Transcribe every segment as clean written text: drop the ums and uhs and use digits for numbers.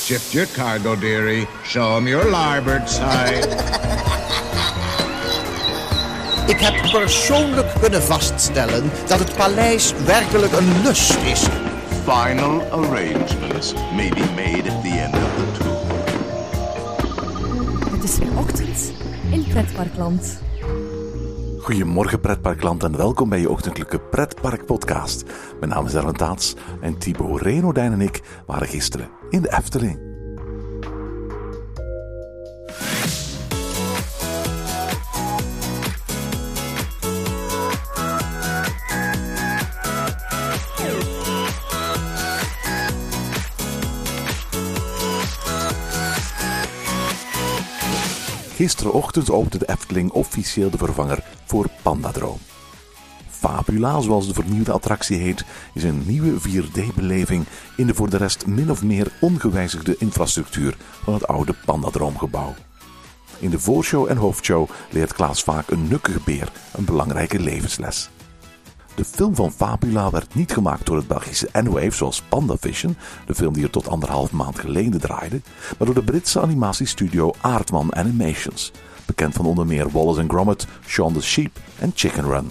Shift your cargo, dearie. Show 'em your larboard side. Ik heb persoonlijk kunnen vaststellen dat het paleis werkelijk een lust is. Final arrangements may be made at the end of the tour. Het is weer ochtend in Pretparkland. Goedemorgen Pretparkland en welkom bij je ochtendelijke Pretpark-podcast. Mijn naam is Erwin Taats en Thibaut Renodijn en ik waren gisteren in de Efteling. Gisterenochtend opende de Efteling officieel de vervanger voor Pandadroom. Fabula, zoals de vernieuwde attractie heet, is een nieuwe 4D-beleving in de voor de rest min of meer ongewijzigde infrastructuur van het oude Pandadroomgebouw. In de voorshow en hoofdshow leert Klaas Vaak een nukkige beer een belangrijke levensles. De film van Fabula werd niet gemaakt door het Belgische N-Wave zoals PandaVision, de film die er tot 1,5 maand geleden draaide, maar door de Britse animatiestudio Aardman Animations, bekend van onder meer Wallace & Gromit, Shaun the Sheep en Chicken Run.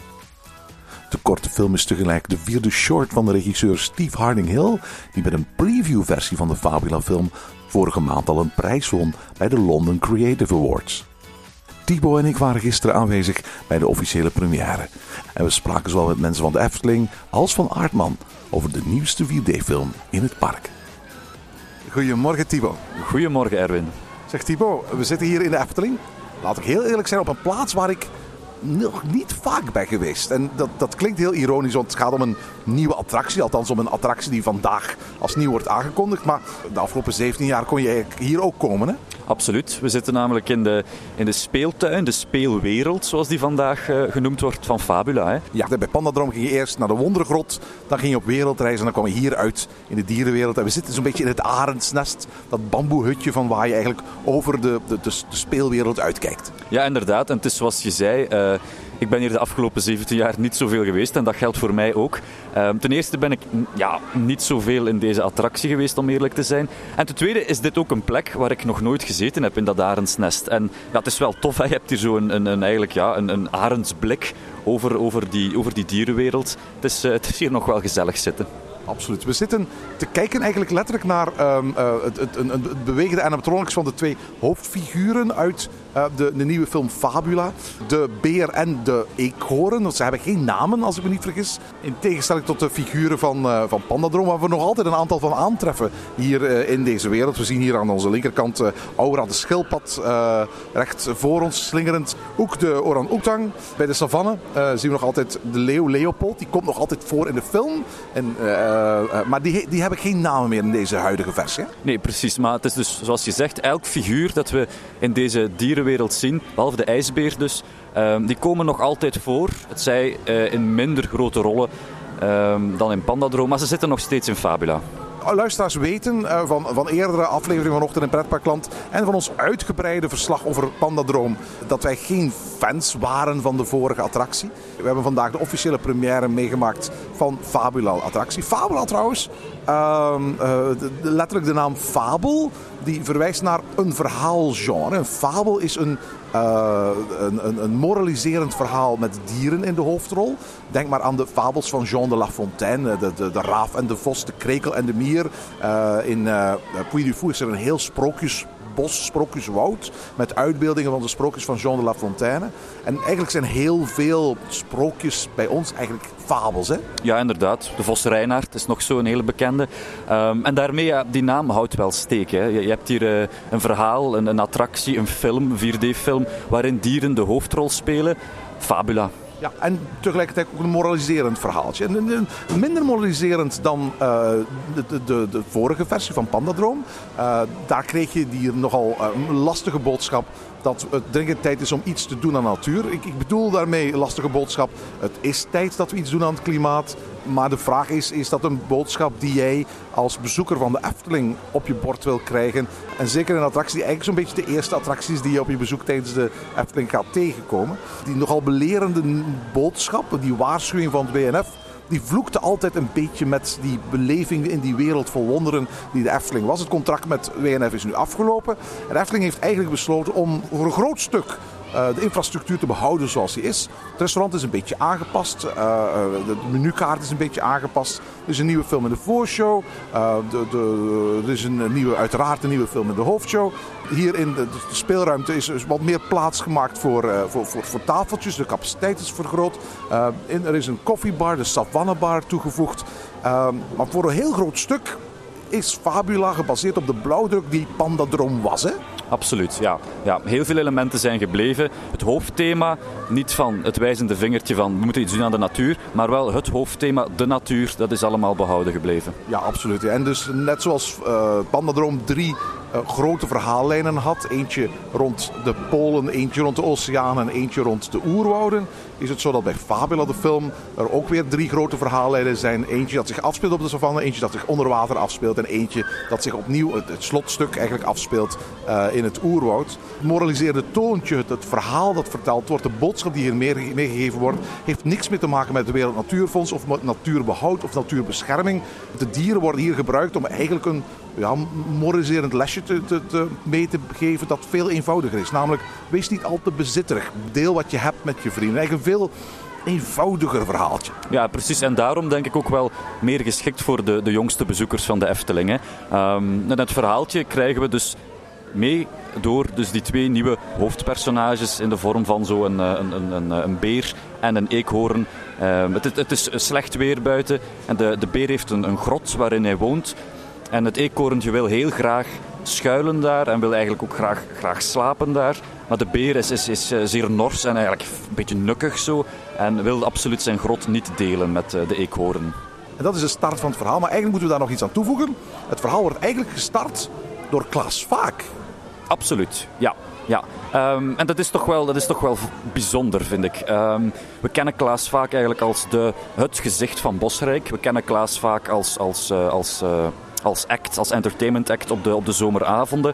De korte film is tegelijk de 4e short van de regisseur Steve Harding Hill, die met een previewversie van de Fabula-film vorige maand al een prijs won bij de London Creative Awards. Thibaut en ik waren gisteren aanwezig bij de officiële première. En we spraken zowel met mensen van de Efteling als van Aardman over de nieuwste 4D-film in het park. Goedemorgen Thibaut. Goedemorgen Erwin. Zeg Thibaut, we zitten hier in de Efteling. Laat ik heel eerlijk zijn, op een plaats waar ik nog niet vaak ben geweest. En dat klinkt heel ironisch, want het gaat om een nieuwe attractie. Althans om een attractie die vandaag als nieuw wordt aangekondigd. Maar de afgelopen 17 jaar kon je hier ook komen, hè? Absoluut. We zitten namelijk in de speeltuin, de speelwereld, zoals die vandaag genoemd wordt, van Fabula. Hè? Ja, bij Pandadroom ging je eerst naar de Wondergrot, dan ging je op wereldreis en dan kwam je hier uit in de dierenwereld. En we zitten zo'n beetje in het arendsnest, dat bamboehutje van waar je eigenlijk over de speelwereld uitkijkt. Ja, inderdaad. En het is zoals je zei, ik ben hier de afgelopen 17 jaar niet zoveel geweest en dat geldt voor mij ook. Ten eerste ben ik niet zoveel in deze attractie geweest, om eerlijk te zijn. En ten tweede is dit ook een plek waar ik nog nooit gezeten heb in dat arendsnest. En ja, het is wel tof, hè? Je hebt hier zo een arendsblik over die dierenwereld. Het is hier nog wel gezellig zitten. Absoluut. We zitten te kijken eigenlijk letterlijk naar het bewegende animatronics van de 2 hoofdfiguren uit de nieuwe film Fabula. De beer en de eekhoorn. Want ze hebben geen namen, als ik me niet vergis. In tegenstelling tot de figuren van Pandadroom, waar we nog altijd een aantal van aantreffen hier in deze wereld. We zien hier aan onze linkerkant Aura de schildpad, recht voor ons slingerend. Ook de orang-oetang. Bij de savanne zien we nog altijd de leeuw Leopold. Die komt nog altijd voor in de film. Maar die hebben geen namen meer in deze huidige versie. Hè? Nee, precies. Maar het is dus, zoals je zegt, elk figuur dat we in deze dierenwereld zien, behalve de ijsbeer dus, die komen nog altijd voor. Het zij in minder grote rollen dan in Pandadroom, maar ze zitten nog steeds in Fabula. Luisteraars weten van eerdere afleveringen vanochtend in Pretparkland en van ons uitgebreide verslag over Pandadroom dat wij geen fans waren van de vorige attractie. We hebben vandaag de officiële première meegemaakt van Fabula-attractie. Fabula trouwens, letterlijk de naam fabel, die verwijst naar een verhaalgenre. Een fabel is een moraliserend verhaal met dieren in de hoofdrol. Denk maar aan de fabels van Jean de La Fontaine, de raaf en de vos, de krekel en de mier. In Puy du Fou is er een heel sprookjesbos, sprookjeswoud, met uitbeeldingen van de sprookjes van Jean de La Fontaine. En eigenlijk zijn heel veel sprookjes bij ons eigenlijk fabels, hè? Ja, inderdaad. De Vos Reinaard is nog zo'n hele bekende. En daarmee, ja, die naam houdt wel steek. Hè. Je hebt hier een verhaal, een attractie, een film, 4D-film, waarin dieren de hoofdrol spelen. Fabula. Ja, en tegelijkertijd ook een moraliserend verhaaltje. En minder moraliserend dan de vorige versie van Pandadroom. Daar kreeg je die nogal lastige boodschap dat het dringend tijd is om iets te doen aan de natuur. Ik bedoel daarmee lastige boodschap. Het is tijd dat we iets doen aan het klimaat. Maar de vraag is dat een boodschap die jij als bezoeker van de Efteling op je bord wil krijgen? En zeker een attractie die eigenlijk zo'n beetje de eerste attractie is die je op je bezoek tijdens de Efteling gaat tegenkomen. Die nogal belerende boodschap, die waarschuwing van het WNF, die vloekte altijd een beetje met die beleving in die wereld vol wonderen die de Efteling was. Het contract met WNF is nu afgelopen. En de Efteling heeft eigenlijk besloten om voor een groot stuk de infrastructuur te behouden zoals die is. Het restaurant is een beetje aangepast. De menukaart is een beetje aangepast. Er is een nieuwe film in de voorshow. Er is uiteraard een nieuwe film in de hoofdshow. Hier in de speelruimte is wat meer plaats gemaakt voor tafeltjes. De capaciteit is vergroot. Er is een koffiebar, de Savannah Bar, toegevoegd. Maar voor een heel groot stuk is Fabula gebaseerd op de blauwdruk die Pandadroom was, hè? Absoluut, ja. Heel veel elementen zijn gebleven. Het hoofdthema, niet van het wijzende vingertje van we moeten iets doen aan de natuur, maar wel het hoofdthema, de natuur, dat is allemaal behouden gebleven. Ja, absoluut. En dus net zoals Pandadroom 3 grote verhaallijnen had, eentje rond de polen, eentje rond de oceanen en eentje rond de oerwouden, is het zo dat bij Fabula, de film, er ook weer 3 grote verhaallijnen zijn. Eentje dat zich afspeelt op de savanne, eentje dat zich onder water afspeelt en eentje dat zich opnieuw, het slotstuk eigenlijk afspeelt in het oerwoud. Het moraliserende toontje, het verhaal dat verteld wordt, de boodschap die hier meegegeven wordt, heeft niks meer te maken met de Wereld Natuurfonds of met natuurbehoud of natuurbescherming. De dieren worden hier gebruikt om eigenlijk een moraliserend lesje mee te geven dat veel eenvoudiger is. Namelijk, wees niet al te bezitterig. Deel wat je hebt met je vrienden. Eigenlijk een veel eenvoudiger verhaaltje. Ja, precies. En daarom denk ik ook wel meer geschikt voor de jongste bezoekers van de Efteling. Hè. En het verhaaltje krijgen we dus mee door dus die 2 nieuwe hoofdpersonages in de vorm van zo een beer en een eekhoorn. Het is slecht weer buiten en de beer heeft een grot waarin hij woont. En het eekhoorntje wil heel graag schuilen daar en wil eigenlijk ook graag slapen daar. Maar de beer is zeer nors en eigenlijk een beetje nukkig zo. En wil absoluut zijn grot niet delen met de eekhoorn. En dat is de start van het verhaal. Maar eigenlijk moeten we daar nog iets aan toevoegen. Het verhaal wordt eigenlijk gestart door Klaas Vaak. Absoluut, ja. En dat is toch wel bijzonder, vind ik. We kennen Klaas Vaak eigenlijk als het gezicht van Bosrijk. We kennen Klaas Vaak als act, als entertainment act op de zomeravonden.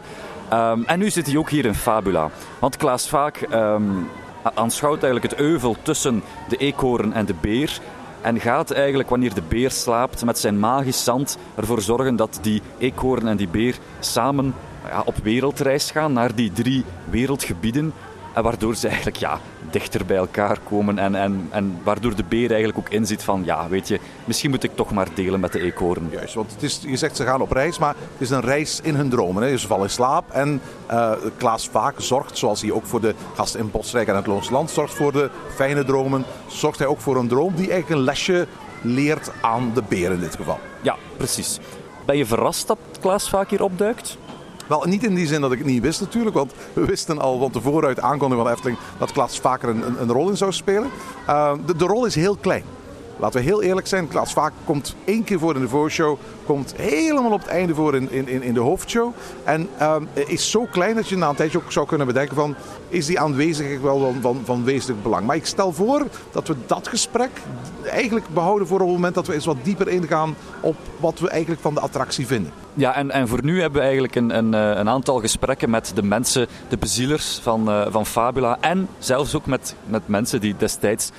En nu zit hij ook hier in Fabula. Want Klaas Vaak aanschouwt eigenlijk het euvel tussen de eekhoorn en de beer. En gaat eigenlijk, wanneer de beer slaapt, met zijn magisch zand ervoor zorgen dat die eekhoorn en die beer samen op wereldreis gaan naar die 3 wereldgebieden. En waardoor ze eigenlijk dichter bij elkaar komen en waardoor de beer eigenlijk ook inziet van weet je, misschien moet ik toch maar delen met de eekhoorn. Juist, want je zegt ze gaan op reis, maar het is een reis in hun dromen. Hè. Ze vallen in slaap en Klaas Vaak zorgt, zoals hij ook voor de gasten in Bosrijk en het Loons Land zorgt voor de fijne dromen, zorgt hij ook voor een droom die eigenlijk een lesje leert aan de beer in dit geval. Ja, precies. Ben je verrast dat Klaas Vaak hier opduikt? Wel, niet in die zin dat ik het niet wist natuurlijk, want we wisten al van tevoren uit de aankondiging van de Efteling dat Klaas Vaak er een rol in zou spelen. De rol is heel klein. Laten we heel eerlijk zijn, Klaas Vaak komt 1 keer voor in de voorshow, komt helemaal op het einde voor in de hoofdshow. En is zo klein dat je na een tijdje ook zou kunnen bedenken van, is die aanwezigheid wel van wezenlijk belang. Maar ik stel voor dat we dat gesprek eigenlijk behouden voor op het moment dat we eens wat dieper ingaan op wat we eigenlijk van de attractie vinden. Ja, en voor nu hebben we eigenlijk een aantal gesprekken met de mensen, de bezielers van Fabula. En zelfs ook met mensen die destijds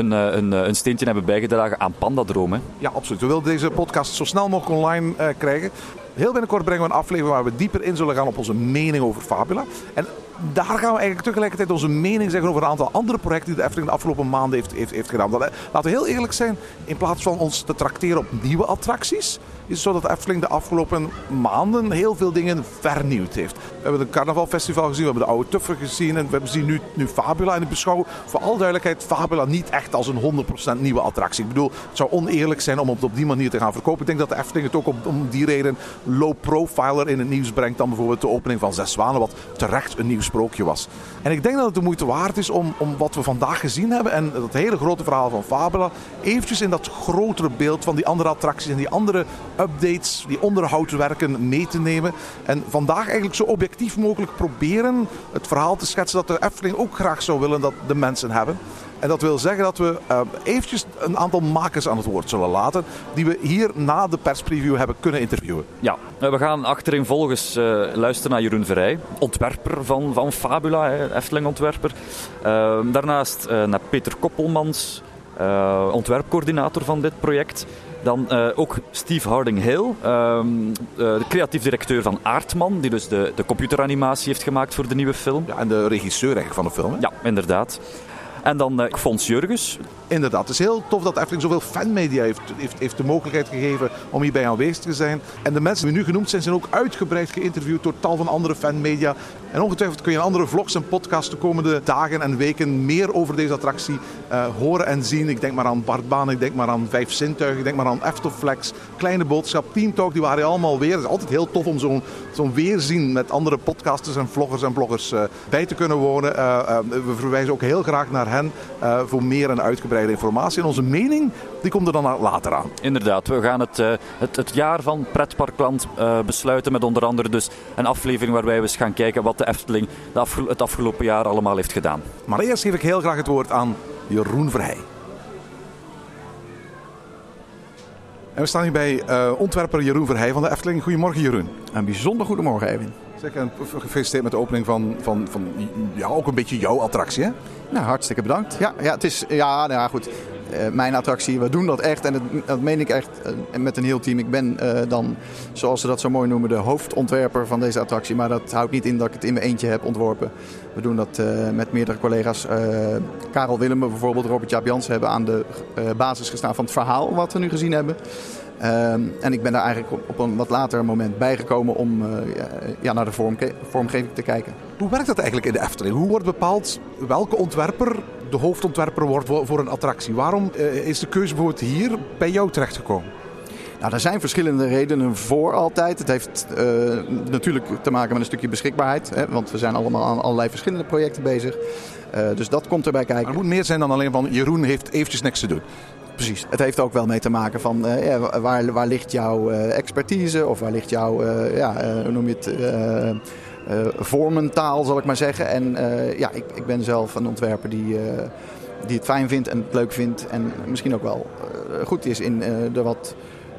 hun steentje hebben bijgedragen aan Pandadroom. Hè? Ja, absoluut. We willen deze podcast zo snel mogelijk online krijgen. Heel binnenkort brengen we een aflevering waar we dieper in zullen gaan op onze mening over Fabula. En daar gaan we eigenlijk tegelijkertijd onze mening zeggen over een aantal andere projecten die de Efteling de afgelopen maanden heeft gedaan. Laten we heel eerlijk zijn, in plaats van ons te trakteren op nieuwe attracties, is het zo dat de Efteling de afgelopen maanden heel veel dingen vernieuwd heeft. We hebben het carnavalfestival gezien, we hebben de oude Tuffer gezien en we zien nu Fabula. En ik beschouw voor alle duidelijkheid Fabula niet echt als een 100% nieuwe attractie. Ik bedoel, het zou oneerlijk zijn om het op die manier te gaan verkopen. Ik denk dat de Efteling het ook om die reden low profiler in het nieuws brengt dan bijvoorbeeld de opening van 6 Zwanen, wat terecht een nieuw sprookje was. En ik denk dat het de moeite waard is om wat we vandaag gezien hebben en dat hele grote verhaal van Fabula eventjes in dat grotere beeld van die andere attracties en die andere updates, die onderhoudswerken mee te nemen. En vandaag eigenlijk zo objectief mogelijk proberen het verhaal te schetsen dat de Efteling ook graag zou willen dat de mensen hebben. En dat wil zeggen dat we eventjes een aantal makers aan het woord zullen laten, die we hier na de perspreview hebben kunnen interviewen. Ja, we gaan achtereenvolgens luisteren naar Jeroen Verrij, ontwerper van Fabula, Efteling-ontwerper. Daarnaast naar Peter Koppelmans, ontwerpcoördinator van dit project. Dan ook Steve Harding-Hill, de creatief directeur van Aardman, die dus de computeranimatie heeft gemaakt voor de nieuwe film. Ja, en de regisseur eigenlijk van de film. Hè? Ja, inderdaad. En dan Fons Jurgens. Inderdaad, het is heel tof dat Efteling zoveel fanmedia heeft de mogelijkheid gegeven om hierbij aanwezig te zijn. En de mensen die nu genoemd zijn ook uitgebreid geïnterviewd door tal van andere fanmedia. En ongetwijfeld kun je in andere vlogs en podcasts de komende dagen en weken meer over deze attractie horen en zien. Ik denk maar aan Bartbaan, ik denk maar aan 5 zintuigen, ik denk maar aan Eftelflex, Kleine Boodschap, Team Talk, die waren allemaal weer. Het is altijd heel tof om zo'n weerzien met andere podcasters en vloggers en bloggers bij te kunnen wonen. We verwijzen ook heel graag naar hen voor meer en uitgebreide informatie. En onze mening, die komt er dan later aan. Inderdaad, we gaan het jaar van Pretparkland besluiten met onder andere dus een aflevering waarbij we eens gaan kijken wat de Efteling het afgelopen jaar allemaal heeft gedaan. Maar eerst geef ik heel graag het woord aan Jeroen Verheij. En we staan hier bij ontwerper Jeroen Verheij van de Efteling. Goedemorgen Jeroen. Een bijzonder goedemorgen, Erwin. Zeg, en gefeliciteerd met de opening van ja, ook een beetje jouw attractie, hè? Nou, hartstikke bedankt. Ja, het is, goed. Mijn attractie, we doen dat echt en dat meen ik echt met een heel team. Ik ben dan, zoals ze dat zo mooi noemen, de hoofdontwerper van deze attractie. Maar dat houdt niet in dat ik het in mijn eentje heb ontworpen. We doen dat met meerdere collega's. Karel Willemen bijvoorbeeld, Robert Jaap Jansen hebben aan de basis gestaan van het verhaal wat we nu gezien hebben. En ik ben daar eigenlijk op een wat later moment bijgekomen om naar de vormgeving te kijken. Hoe werkt dat eigenlijk in de Efteling? Hoe wordt bepaald welke ontwerper de hoofdontwerper wordt voor een attractie? Waarom is de keuze bijvoorbeeld hier bij jou terechtgekomen? Nou, er zijn verschillende redenen voor altijd. Het heeft natuurlijk te maken met een stukje beschikbaarheid. Hè, want we zijn allemaal aan allerlei verschillende projecten bezig. Dus dat komt erbij kijken. Maar het moet meer zijn dan alleen van Jeroen heeft eventjes niks te doen. Precies. Het heeft ook wel mee te maken van waar ligt jouw expertise of waar ligt jouw, hoe noem je het, vormentaal, zal ik maar zeggen. En ik ben zelf een ontwerper die het fijn vindt en het leuk vindt en misschien ook wel goed is in de wat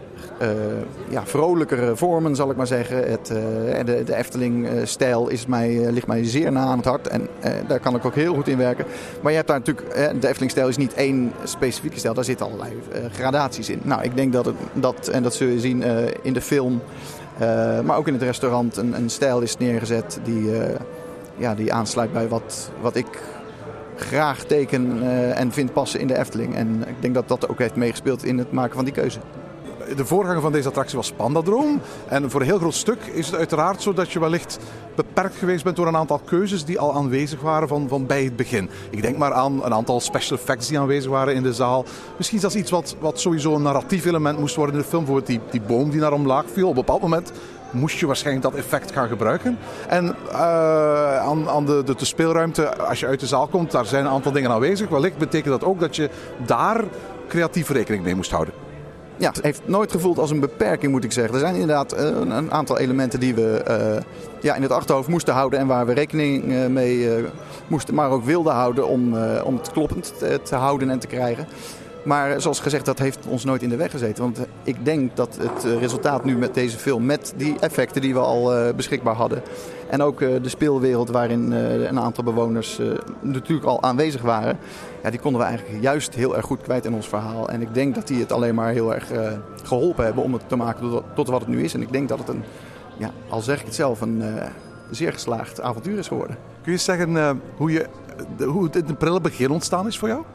vrolijkere vormen, zal ik maar zeggen. De Efteling-stijl ligt mij zeer na aan het hart en daar kan ik ook heel goed in werken. Maar je hebt daar natuurlijk, de Efteling-stijl is niet één specifieke stijl, daar zitten allerlei gradaties in. Nou, ik denk dat zul je zien in de film, maar ook in het restaurant, een stijl is neergezet die aansluit bij wat ik graag teken en vind passen in de Efteling. En ik denk dat dat ook heeft meegespeeld in het maken van die keuze. De voorganger van deze attractie was Pandadroom. En voor een heel groot stuk is het uiteraard zo dat je wellicht beperkt geweest bent door een aantal keuzes die al aanwezig waren van bij het begin. Ik denk maar aan een aantal special effects die aanwezig waren in de zaal. Misschien zelfs iets wat sowieso een narratief element moest worden in de film. Bijvoorbeeld die boom die naar omlaag viel. Op een bepaald moment moest je waarschijnlijk dat effect gaan gebruiken. En aan de speelruimte, als je uit de zaal komt, daar zijn een aantal dingen aanwezig. Wellicht betekent dat ook dat je daar creatief rekening mee moest houden. Ja, het heeft nooit gevoeld als een beperking, moet ik zeggen. Er zijn inderdaad een aantal elementen die we in het achterhoofd moesten houden en waar we rekening mee moesten, maar ook wilden houden om het kloppend te houden en te krijgen. Maar zoals gezegd, dat heeft ons nooit in de weg gezeten. Want ik denk dat het resultaat nu met deze film, met die effecten die we al beschikbaar hadden, en ook de speelwereld waarin een aantal bewoners natuurlijk al aanwezig waren, die konden we eigenlijk juist heel erg goed kwijt in ons verhaal. En ik denk dat die het alleen maar heel erg geholpen hebben om het te maken tot wat het nu is. En ik denk dat het al zeg ik het zelf, een zeer geslaagd avontuur is geworden. Kun je zeggen hoe het in het prille begin ontstaan is voor jou?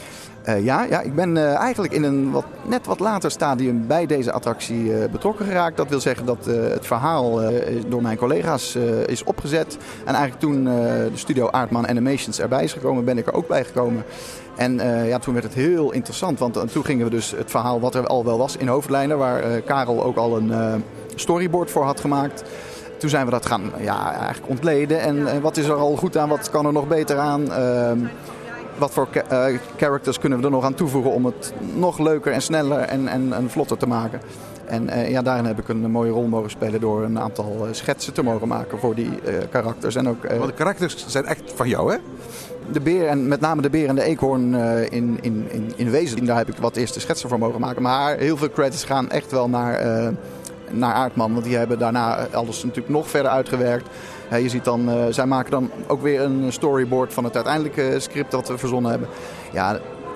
Ik ben eigenlijk in een net wat later stadium bij deze attractie betrokken geraakt. Dat wil zeggen dat het verhaal door mijn collega's is opgezet. En eigenlijk toen de studio Aardman Animations erbij is gekomen, ben ik er ook bij gekomen. En toen werd het heel interessant, want toen gingen we dus het verhaal wat er al wel was in hoofdlijnen, waar Karel ook al een storyboard voor had gemaakt. Toen zijn we dat gaan eigenlijk ontleden. En wat is er al goed aan, wat kan er nog beter aan? Wat voor characters kunnen we er nog aan toevoegen om het nog leuker en sneller en vlotter te maken. En daarin heb ik een mooie rol mogen spelen door een aantal schetsen te mogen maken voor die karakters. En ook, want de karakters zijn echt van jou, hè? De beer en met name de beer en de eekhoorn in wezen. Daar heb ik wat eerste schetsen voor mogen maken. Maar heel veel credits gaan echt wel naar Aardman. Want die hebben daarna alles natuurlijk nog verder uitgewerkt. Je ziet dan, zij maken dan ook weer een storyboard van het uiteindelijke script dat we verzonnen hebben. Ja,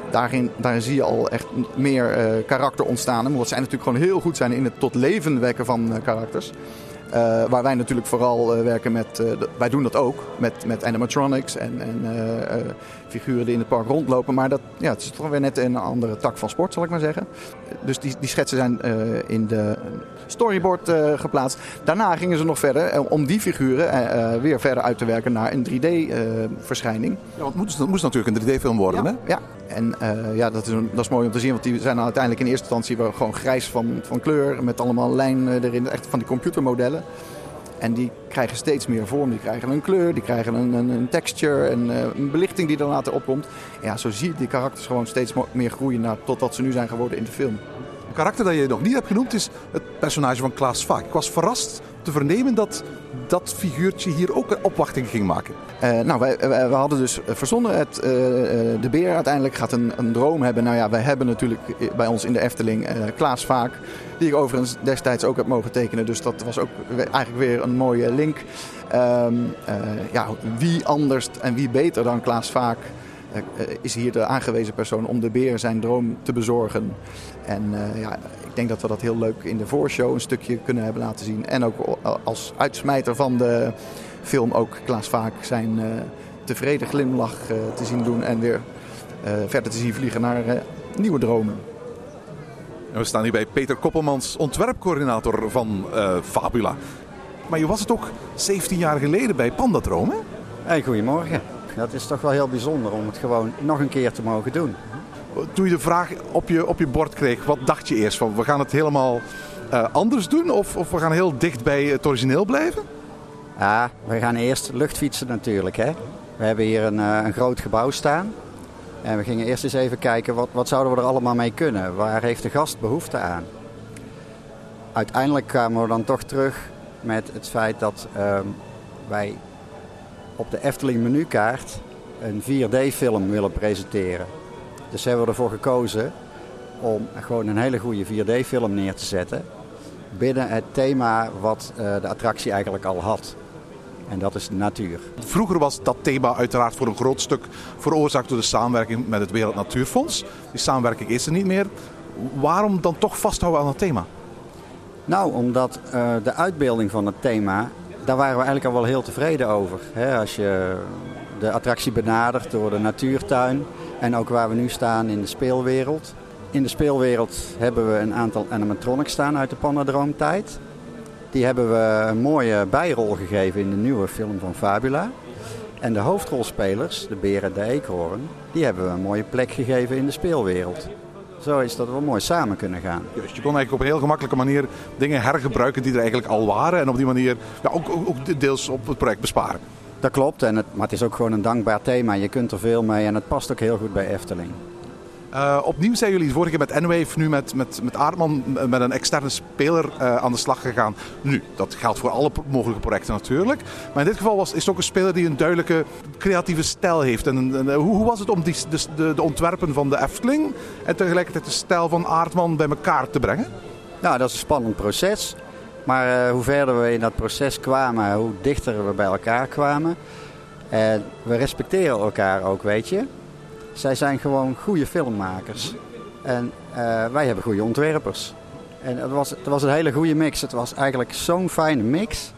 daarin zie je al echt meer karakter ontstaan. Omdat zij natuurlijk gewoon heel goed zijn in het tot leven wekken van karakters. Waar wij natuurlijk vooral werken met... wij doen dat ook met animatronics en figuren die in het park rondlopen. Maar het is toch weer net een andere tak van sport, zal ik maar zeggen. Dus die schetsen zijn in de storyboard geplaatst. Daarna gingen ze nog verder om die figuren weer verder uit te werken naar een 3D-verschijning. Ja, want het moest natuurlijk een 3D-film worden, hè? Ja. En dat is mooi om te zien, want die zijn uiteindelijk in eerste instantie gewoon grijs van kleur. Met allemaal lijnen erin, echt van die computermodellen. En die krijgen steeds meer vorm. Die krijgen een kleur, die krijgen een texture en een belichting die er later opkomt. Ja, zo zie je die karakters gewoon steeds meer groeien totdat ze nu zijn geworden in de film. Een karakter dat je nog niet hebt genoemd is het personage van Klaas Vaak. Ik was verrast te vernemen dat figuurtje hier ook een opwachting ging maken. We hadden dus verzonnen. De beer uiteindelijk gaat een droom hebben. Nou ja, wij hebben natuurlijk bij ons in de Efteling Klaas Vaak, die ik overigens destijds ook heb mogen tekenen. Dus dat was ook eigenlijk weer een mooie link. Wie anders en wie beter dan Klaas Vaak is hier de aangewezen persoon om de beer zijn droom te bezorgen. En ik denk dat we dat heel leuk in de voorshow een stukje kunnen hebben laten zien. En ook als uitsmijter van de film ook Klaas Vaak zijn tevreden glimlach te zien doen. En weer verder te zien vliegen naar nieuwe dromen. En we staan hier bij Peter Koppelmans, ontwerpcoördinator van Fabula. Maar je was het ook 17 jaar geleden bij Pandadroom, hè? Hey, goedemorgen. Dat is toch wel heel bijzonder om het gewoon nog een keer te mogen doen. Toen je de vraag op je bord kreeg, wat dacht je eerst? Van, we gaan het helemaal anders doen of we gaan heel dicht bij het origineel blijven? Ja, we gaan eerst luchtfietsen natuurlijk. Hè? We hebben hier een groot gebouw staan. En we gingen eerst eens even kijken, wat zouden we er allemaal mee kunnen? Waar heeft de gast behoefte aan? Uiteindelijk kwamen we dan toch terug met het feit dat wij op de Efteling menukaart een 4D-film willen presenteren. Dus hebben we ervoor gekozen om gewoon een hele goede 4D-film neer te zetten binnen het thema wat de attractie eigenlijk al had. En dat is de natuur. Vroeger was dat thema uiteraard voor een groot stuk veroorzaakt door de samenwerking met het Wereld Natuurfonds. Die samenwerking is er niet meer. Waarom dan toch vasthouden aan het thema? Nou, omdat de uitbeelding van het thema, daar waren we eigenlijk al wel heel tevreden over. Als je de attractie benadert door de natuurtuin en ook waar we nu staan in de speelwereld. In de speelwereld hebben we een aantal animatronics staan uit de Pandadroomtijd. Die hebben we een mooie bijrol gegeven in de nieuwe film van Fabula. En de hoofdrolspelers, de beer en de eekhoorn, die hebben we een mooie plek gegeven in de speelwereld. Zo is dat we mooi samen kunnen gaan. Dus je kon eigenlijk op een heel gemakkelijke manier dingen hergebruiken die er eigenlijk al waren. En op die manier ook deels op het project besparen. Dat klopt, maar het is ook gewoon een dankbaar thema. Je kunt er veel mee en het past ook heel goed bij Efteling. Opnieuw zijn jullie de vorige keer met N-Wave, nu met Aardman, met een externe speler aan de slag gegaan. Nu, dat geldt voor alle mogelijke projecten natuurlijk. Maar in dit geval is het ook een speler die een duidelijke creatieve stijl heeft. En hoe was het om de ontwerpen van de Efteling en tegelijkertijd de stijl van Aardman bij elkaar te brengen? Nou, dat is een spannend proces. Maar hoe verder we in dat proces kwamen, hoe dichter we bij elkaar kwamen. En we respecteren elkaar ook, weet je. Zij zijn gewoon goede filmmakers. En wij hebben goede ontwerpers. En het was een hele goede mix. Het was eigenlijk zo'n fijne mix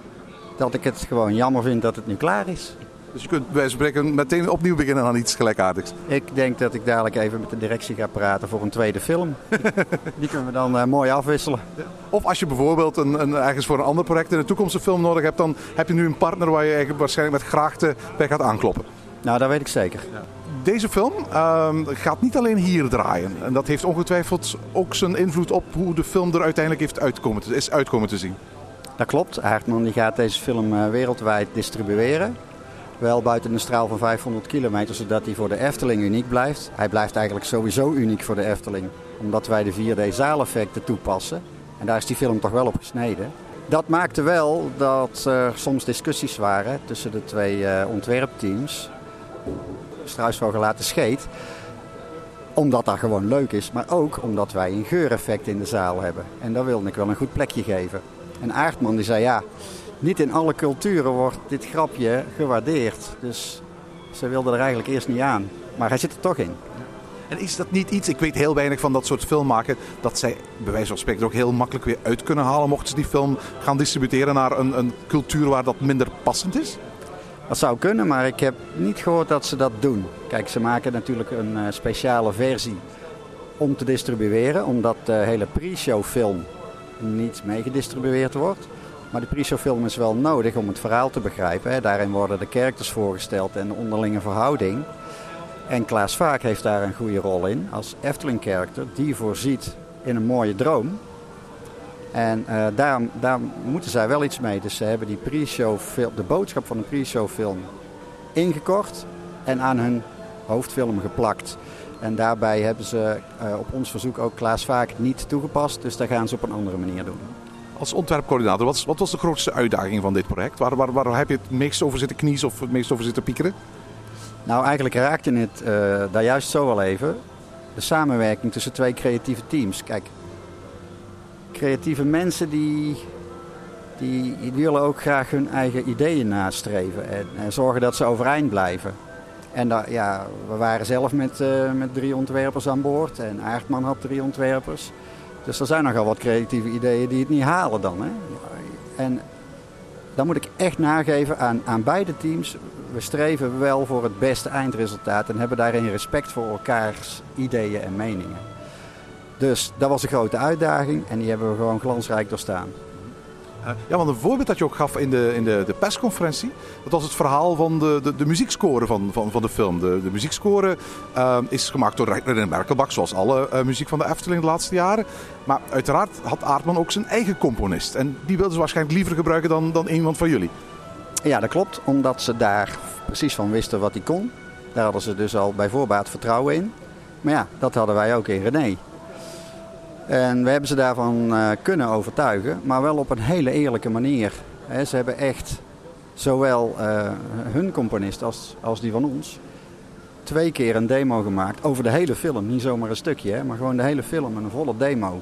dat ik het gewoon jammer vind dat het nu klaar is. Dus je kunt bij spreken meteen opnieuw beginnen aan iets gelijkaardigs. Ik denk dat ik dadelijk even met de directie ga praten voor een tweede film. Die kunnen we dan mooi afwisselen. Of als je bijvoorbeeld ergens voor een ander project in de toekomst een film nodig hebt, dan heb je nu een partner waar je eigenlijk waarschijnlijk met graagte bij gaat aankloppen. Nou, dat weet ik zeker. Ja. Deze film gaat niet alleen hier draaien. En dat heeft ongetwijfeld ook zijn invloed op hoe de film er uiteindelijk is uitkomen te zien. Dat klopt. Aardman die gaat deze film wereldwijd distribueren. Wel buiten een straal van 500 kilometer, zodat hij voor de Efteling uniek blijft. Hij blijft eigenlijk sowieso uniek voor de Efteling. Omdat wij de 4D-zaaleffecten toepassen. En daar is die film toch wel op gesneden. Dat maakte wel dat er soms discussies waren tussen de twee ontwerpteams. Struisvogelaar Scheet. Omdat dat gewoon leuk is, maar ook omdat wij een geureffect in de zaal hebben. En daar wilde ik wel een goed plekje geven. En Aardman die zei ja, niet in alle culturen wordt dit grapje gewaardeerd. Dus ze wilden er eigenlijk eerst niet aan. Maar hij zit er toch in. En is dat niet iets, ik weet heel weinig van dat soort film maken, dat zij bij wijze van spreken er ook heel makkelijk weer uit kunnen halen mochten ze die film gaan distributeren naar een cultuur waar dat minder passend is? Dat zou kunnen, maar ik heb niet gehoord dat ze dat doen. Kijk, ze maken natuurlijk een speciale versie om te distribueren, omdat de hele pre-show film niet meegedistribueerd wordt. Maar de pre-show film is wel nodig om het verhaal te begrijpen. Hè. Daarin worden de characters voorgesteld en de onderlinge verhouding. En Klaas Vaak heeft daar een goede rol in als Efteling-character die voorziet in een mooie droom. En daar moeten zij wel iets mee. Dus ze hebben die pre-show film, de boodschap van de pre-show film ingekort en aan hun hoofdfilm geplakt. En daarbij hebben ze op ons verzoek ook Klaas Vaak niet toegepast. Dus daar gaan ze op een andere manier doen. Als ontwerpcoördinator, wat was de grootste uitdaging van dit project? Waar heb je het meest over zitten kniezen of het meest over zitten piekeren? Nou, eigenlijk raakte het daar juist zo al even. De samenwerking tussen twee creatieve teams. Kijk, creatieve mensen die willen ook graag hun eigen ideeën nastreven. En zorgen dat ze overeind blijven. En we waren zelf met 3 ontwerpers aan boord. En Aartman had 3 ontwerpers. Dus er zijn nogal wat creatieve ideeën die het niet halen dan. Hè? En dan moet ik echt nageven aan beide teams. We streven wel voor het beste eindresultaat en hebben daarin respect voor elkaars ideeën en meningen. Dus dat was een grote uitdaging en die hebben we gewoon glansrijk doorstaan. Ja, want een voorbeeld dat je ook gaf in de persconferentie, dat was het verhaal van de muziekscore van de film. De muziekscore is gemaakt door René Merkelbach, zoals alle muziek van de Efteling de laatste jaren. Maar uiteraard had Aartman ook zijn eigen componist. En die wilden ze waarschijnlijk liever gebruiken dan iemand van jullie. Ja, dat klopt, omdat ze daar precies van wisten wat hij kon. Daar hadden ze dus al bij voorbaat vertrouwen in. Maar ja, dat hadden wij ook in René. En we hebben ze daarvan kunnen overtuigen, maar wel op een hele eerlijke manier. Ze hebben echt zowel hun componist als die van ons 2 keer een demo gemaakt over de hele film. Niet zomaar een stukje, maar gewoon de hele film, een volle demo.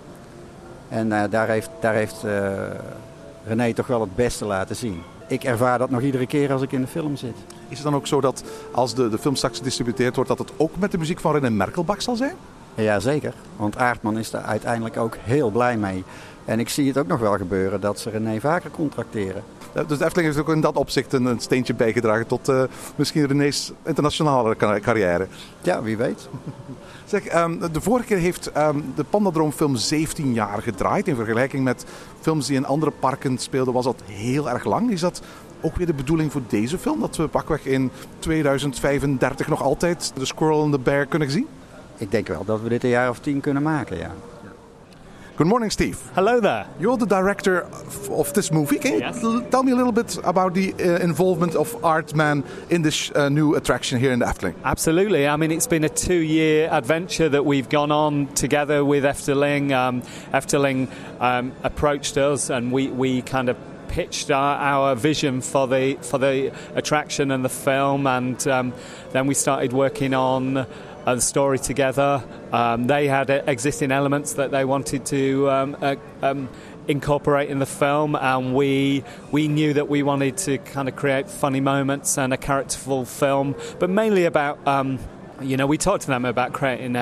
En daar heeft René toch wel het beste laten zien. Ik ervaar dat nog iedere keer als ik in de film zit. Is het dan ook zo dat als de film straks gedistributeerd wordt, dat het ook met de muziek van René Merkelbach zal zijn? Jazeker, want Aartman is daar uiteindelijk ook heel blij mee. En ik zie het ook nog wel gebeuren dat ze René vaker contracteren. Dus de Efteling heeft ook in dat opzicht een steentje bijgedragen tot misschien René's internationale carrière. Ja, wie weet. Zeg, de vorige keer heeft de Pandadroom film 17 jaar gedraaid. In vergelijking met films die in andere parken speelden was dat heel erg lang. Is dat ook weer de bedoeling voor deze film? Dat we pakweg in 2035 nog altijd The Squirrel and the Bear kunnen zien? Ik denk wel dat we dit een jaar of 10 kunnen maken, ja. Good morning, Steve. Hello there. You're the director of this movie. Can you tell me a little bit about the involvement of Aartman in this new attraction here in the Efteling? Absolutely. I mean, it's been a 2-year adventure that we've gone on together with Efteling. Efteling approached us and we kind of pitched our vision for the attraction and the film, and then we started working on the story together. They had existing elements that they wanted to incorporate in the film, and we knew that we wanted to kind of create funny moments and a characterful film, but mainly about we talked to them about creating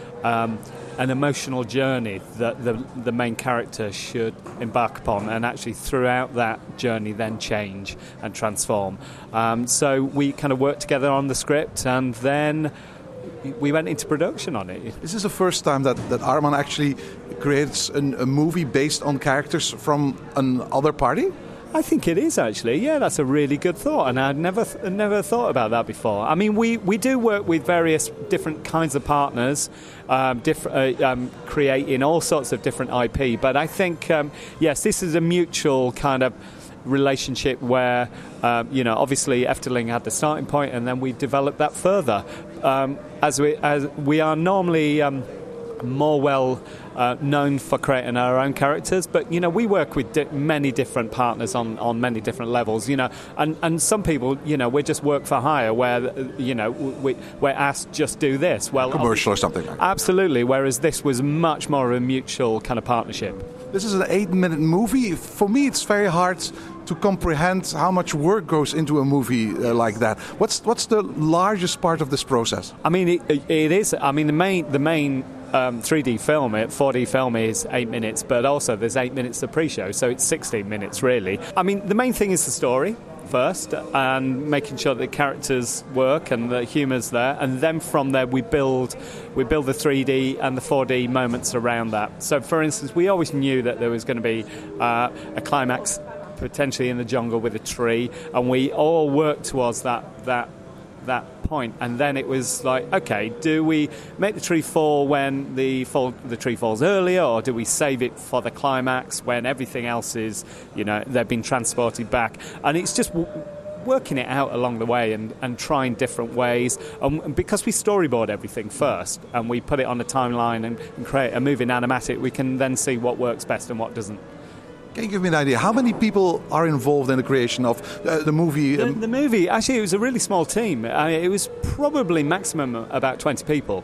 an emotional journey that the main character should embark upon, and actually throughout that journey then change and transform. So we kind of worked together on the script, and then we went into production on it. Is this the first time that Aartman actually creates a movie based on characters from another party? I think it is, actually. Yeah, that's a really good thought, and I'd never thought about that before. I mean, we do work with various different kinds of partners, creating all sorts of different IP, but I think, yes, this is a mutual kind of relationship where, obviously Efteling had the starting point, and then we developed that further. As we are normally more well known for creating our own characters, but we work with many different partners on many different levels, and some people we just work for hire where we're asked just do this, well, commercial or something like that. Absolutely, whereas this was much more of a mutual kind of partnership. This is an 8-minute movie. For me, it's very hard to comprehend how much work goes into a movie like that. What's the largest part of this process? I mean, it is. I mean, the main 3D film, 4D film is 8 minutes, but also there's 8 minutes of pre-show, so it's 16 minutes really. I mean, the main thing is the story first, and making sure that the characters work and the humour's there, and then from there we build the 3D and the 4D moments around that. So, for instance, we always knew that there was going to be a climax potentially in the jungle with a tree, and we all worked towards that point. And then it was like, okay, do we make the tree fall when the tree falls earlier, or do we save it for the climax when everything else is, they've been transported back? And it's just working it out along the way and trying different ways. And because we storyboard everything first and we put it on a timeline and create a moving animatic, we can then see what works best and what doesn't. Can you give me an idea? How many people are involved in the creation of the movie? The movie, actually, it was a really small team. It was probably maximum about 20 people.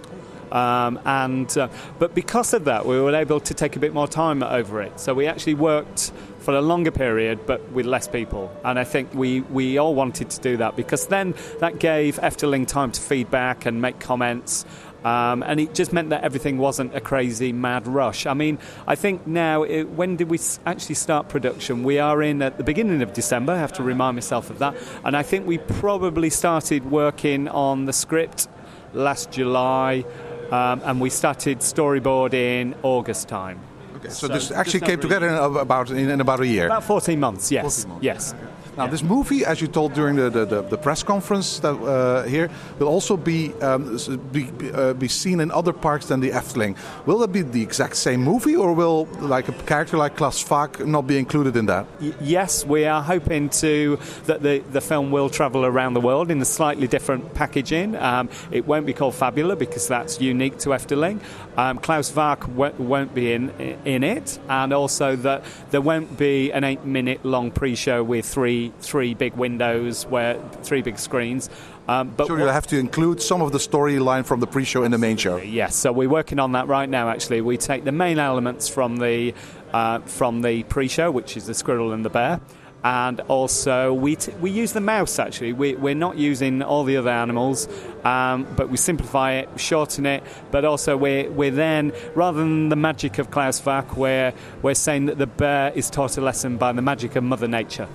But because of that, we were able to take a bit more time over it. So we actually worked for a longer period, but with less people. And I think we all wanted to do that, because then that gave Efteling time to feedback and make comments. And it just meant that everything wasn't a crazy, mad rush. I mean, I think now, when did we actually start production? We are in at the beginning of December. I have to remind myself of that. And I think we probably started working on the script last July, and we started storyboarding August time. Okay, so this actually came together in about a year? About 14 months, yes. 14 months. Yes. Okay. Now, this movie, as you told during the press conference that here, will also be seen in other parks than the Efteling. Will that be the exact same movie, or will like a character like Klaus Vaak not be included in that? Yes, we are hoping that the film will travel around the world in a slightly different packaging. It won't be called Fabula because that's unique to Efteling. Klaus Vaak won't be in it, and also that there won't be an 8-minute long pre-show with three big windows, three big screens. But you'll have to include some of the storyline from the pre-show in the main show. Yes, so we're working on that right now. Actually, we take the main elements from the pre-show, which is the squirrel and the bear. And also, we use the mouse, actually. We're not using all the other animals, but we simplify it, shorten it. But also, we're then, rather than the magic of Klaus Vaak, we're saying that the bear is taught a lesson by the magic of Mother Nature.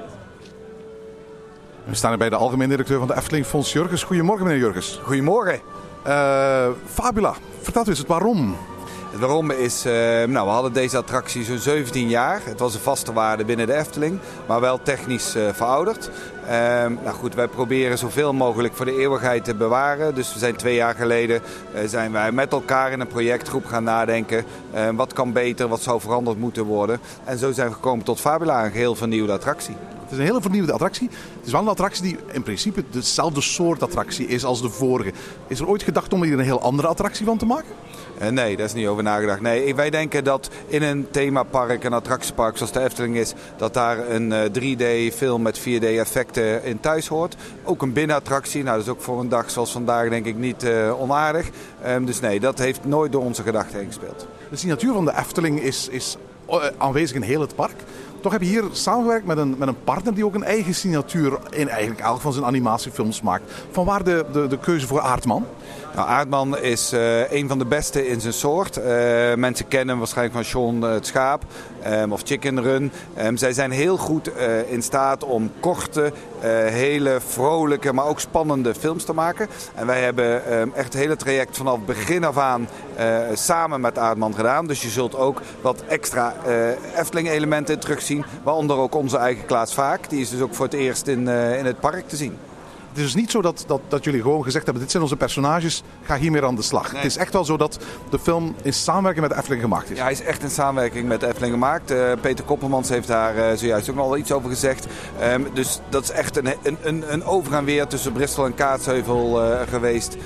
We staan er bij de algemeen directeur van de Efteling, Fons Jurgens. Goedemorgen, meneer Jurgens. Goedemorgen. Fabula, vertel eens het waarom. Het waarom is, we hadden deze attractie zo'n 17 jaar. Het was een vaste waarde binnen de Efteling, maar wel technisch verouderd. Wij proberen zoveel mogelijk voor de eeuwigheid te bewaren. Dus we zijn 2 jaar geleden zijn wij met elkaar in een projectgroep gaan nadenken. Wat kan beter, wat zou veranderd moeten worden. En zo zijn we gekomen tot Fabula, een geheel vernieuwde attractie. Het is een hele vernieuwde attractie. Het is wel een attractie die in principe dezelfde soort attractie is als de vorige. Is er ooit gedacht om hier een heel andere attractie van te maken? Nee, daar is niet over nagedacht. Nee, wij denken dat in een themapark, een attractiepark zoals de Efteling is, dat daar een 3D-film met 4D-effecten in thuis hoort. Ook een binnenattractie. Dat is ook voor een dag zoals vandaag denk ik niet onaardig. Dus nee, dat heeft nooit door onze gedachten heen gespeeld. De signatuur van de Efteling is aanwezig in heel het park. Toch heb je hier samengewerkt met een partner die ook een eigen signatuur in eigenlijk elk van zijn animatiefilms maakt. Vanwaar de keuze voor Aardman? Nou, Aardman is een van de beste in zijn soort. Mensen kennen hem waarschijnlijk van Sean het Schaap of Chicken Run. Zij zijn heel goed in staat om korte, hele vrolijke, maar ook spannende films te maken. En wij hebben echt het hele traject vanaf begin af aan samen met Aardman gedaan. Dus je zult ook wat extra Efteling-elementen terugzien. Waaronder ook onze eigen Klaus Vaak. Die is dus ook voor het eerst in het park te zien. Het is dus niet zo dat jullie gewoon gezegd hebben, dit zijn onze personages, ga hiermee aan de slag. Nee. Het is echt wel zo dat de film in samenwerking met de Efteling gemaakt is. Ja, hij is echt in samenwerking met de Efteling gemaakt. Peter Koppelmans heeft daar zojuist ook nog iets over gezegd. Dus dat is echt een over en weer tussen Bristol en Kaatsheuvel geweest.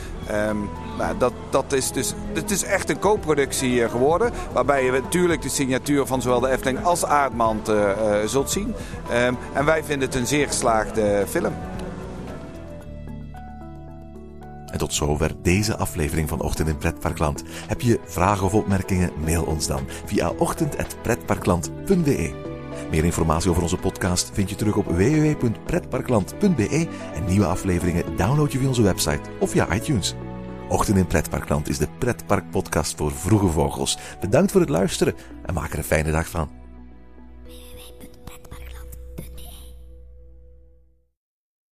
Het is echt een co-productie geworden. Waarbij je natuurlijk de signatuur van zowel de Efteling als Aardman zult zien. En wij vinden het een zeer geslaagde film. En tot zover deze aflevering van Ochtend in Pretparkland. Heb je vragen of opmerkingen? Mail ons dan via ochtend@pretparkland.be. Meer informatie over onze podcast vind je terug op www.pretparkland.be en nieuwe afleveringen download je via onze website of via iTunes. Ochtend in Pretparkland is de pretparkpodcast voor vroege vogels. Bedankt voor het luisteren en maak er een fijne dag van.